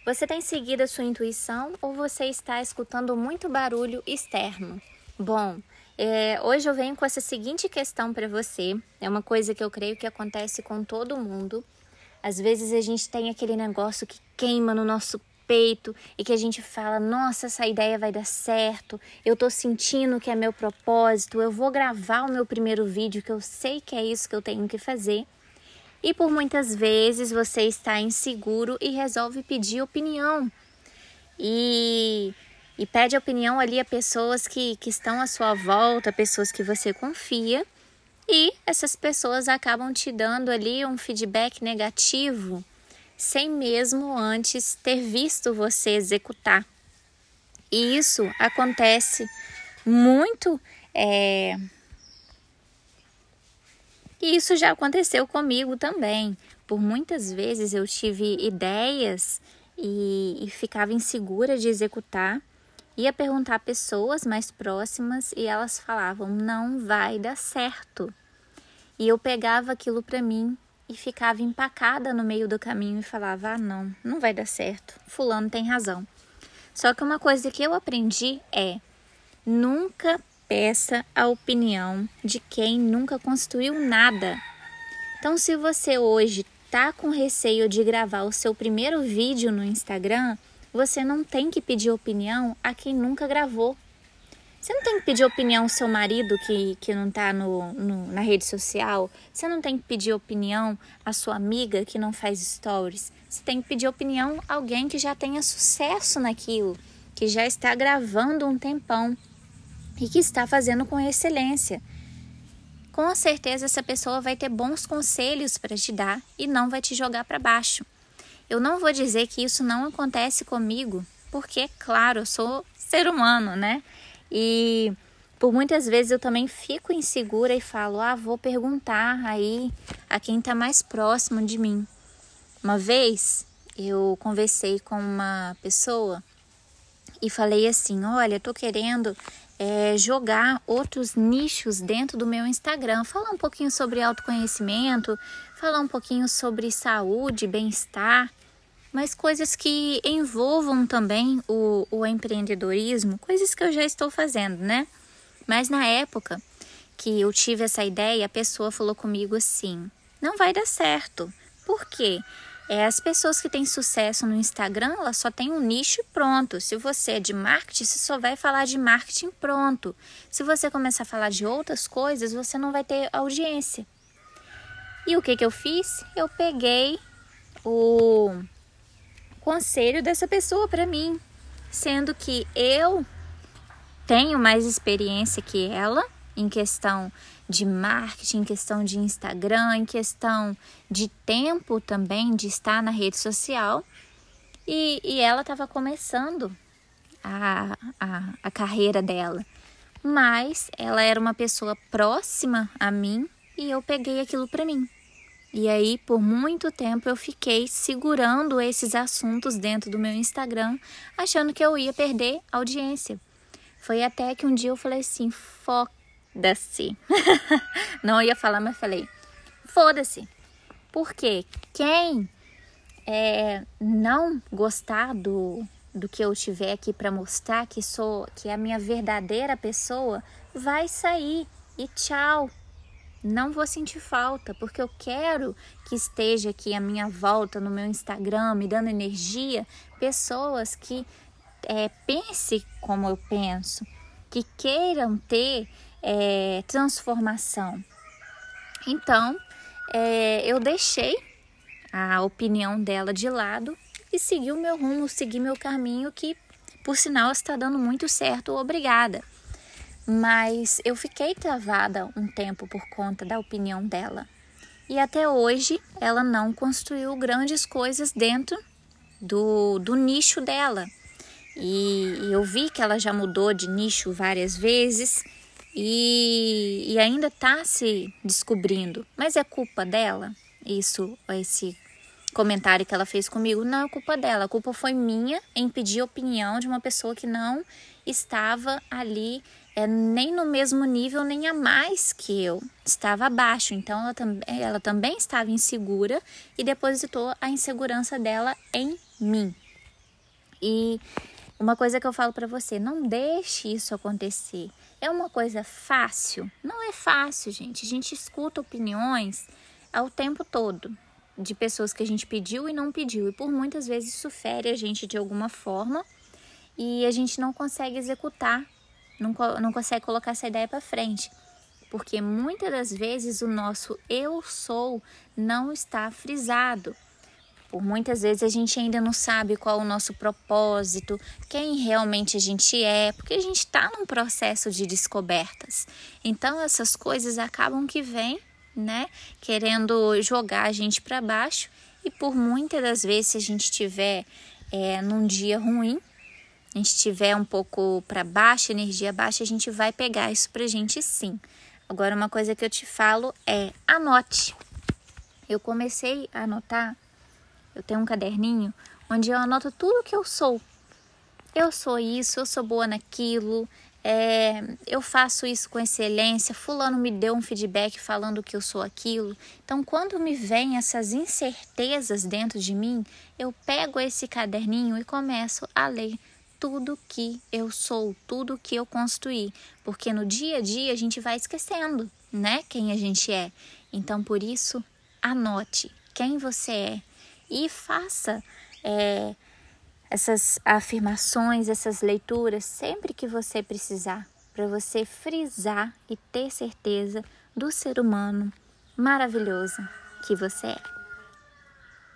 Você tem seguido a sua intuição ou você está escutando muito barulho externo? Bom, hoje eu venho com essa seguinte questão para você. É uma coisa que eu creio que acontece com todo mundo. Às vezes a gente tem aquele negócio que queima no nosso peito e que a gente fala, nossa, essa ideia vai dar certo, eu tô sentindo que é meu propósito, eu vou gravar o meu primeiro vídeo que eu sei que é isso que eu tenho que fazer. E por muitas vezes você está inseguro e resolve pedir opinião. E pede opinião ali a pessoas que estão à sua volta, pessoas que você confia. E essas pessoas acabam te dando ali um feedback negativo, sem mesmo antes ter visto você executar. E isso acontece muito. E isso já aconteceu comigo também. Por muitas vezes eu tive ideias e ficava insegura de executar. Ia perguntar a pessoas mais próximas e elas falavam, não vai dar certo. E eu pegava aquilo para mim e ficava empacada no meio do caminho e falava, não vai dar certo. Fulano tem razão. Só que uma coisa que eu aprendi é, nunca peça a opinião de quem nunca construiu nada. Então, se você hoje está com receio de gravar o seu primeiro vídeo no Instagram, você não tem que pedir opinião a quem nunca gravou. Você não tem que pedir opinião ao seu marido que não está na rede social. Você não tem que pedir opinião à sua amiga que não faz stories. Você tem que pedir opinião a alguém que já tenha sucesso naquilo, que já está gravando um tempão e que está fazendo com excelência. Com certeza essa pessoa vai ter bons conselhos para te dar e não vai te jogar para baixo. Eu não vou dizer que isso não acontece comigo, porque, claro, eu sou ser humano, né? E por muitas vezes eu também fico insegura e falo, vou perguntar aí a quem está mais próximo de mim. Uma vez eu conversei com uma pessoa e falei assim, olha, estou querendo jogar outros nichos dentro do meu Instagram, falar um pouquinho sobre autoconhecimento, falar um pouquinho sobre saúde, bem-estar, mas coisas que envolvam também o empreendedorismo, coisas que eu já estou fazendo, né? Mas na época que eu tive essa ideia, a pessoa falou comigo assim, não vai dar certo. Por quê? As pessoas que têm sucesso no Instagram, elas só têm um nicho pronto. Se você é de marketing, você só vai falar de marketing pronto. Se você começar a falar de outras coisas, você não vai ter audiência. E o que eu fiz? Eu peguei o conselho dessa pessoa para mim, sendo que eu tenho mais experiência que ela em questão de marketing, em questão de Instagram, em questão de tempo também de estar na rede social e ela estava começando a carreira dela, mas ela era uma pessoa próxima a mim e eu peguei aquilo para mim. E aí, por muito tempo, eu fiquei segurando esses assuntos dentro do meu Instagram, achando que eu ia perder audiência. Foi até que um dia eu falei assim, foda-se. Não ia falar, mas falei, foda-se. Porque quem não gostar do que eu tiver aqui para mostrar, que é a minha verdadeira pessoa, vai sair e tchau. Não vou sentir falta, porque eu quero que esteja aqui à minha volta no meu Instagram, me dando energia, pessoas que pensem como eu penso, que queiram ter transformação. Então, eu deixei a opinião dela de lado e segui o meu rumo, segui meu caminho, que, por sinal, está dando muito certo, obrigada. Mas eu fiquei travada um tempo por conta da opinião dela. E até hoje ela não construiu grandes coisas dentro do nicho dela. E eu vi que ela já mudou de nicho várias vezes e ainda está se descobrindo. Mas é culpa dela? Esse comentário que ela fez comigo? Não é culpa dela. A culpa foi minha em pedir opinião de uma pessoa que não estava ali nem no mesmo nível, nem a mais que eu. Estava abaixo. Então, ela também estava insegura e depositou a insegurança dela em mim. E uma coisa que eu falo para você, não deixe isso acontecer. É uma coisa fácil? Não é fácil, gente. A gente escuta opiniões ao tempo todo de pessoas que a gente pediu e não pediu. E por muitas vezes isso fere a gente de alguma forma e a gente não consegue executar, não consegue colocar essa ideia para frente. Porque muitas das vezes o nosso eu sou não está frisado. Por muitas vezes a gente ainda não sabe qual é o nosso propósito, quem realmente a gente é, porque a gente está num processo de descobertas. Então essas coisas acabam que vêm, né, querendo jogar a gente para baixo. E por muitas das vezes, se a gente estiver num dia ruim, a gente estiver um pouco para baixo, energia baixa, a gente vai pegar isso pra gente sim. Agora uma coisa que eu te falo é anote. Eu comecei a anotar. Eu tenho um caderninho onde eu anoto tudo que eu sou. Eu sou isso, eu sou boa naquilo, eu faço isso com excelência, fulano me deu um feedback falando que eu sou aquilo. Então, quando me vem essas incertezas dentro de mim, eu pego esse caderninho e começo a ler tudo que eu sou, tudo que eu construí. Porque no dia a dia a gente vai esquecendo, né, quem a gente é. Então, por isso, anote quem você é. E faça essas afirmações, essas leituras sempre que você precisar, para você frisar e ter certeza do ser humano maravilhoso que você é.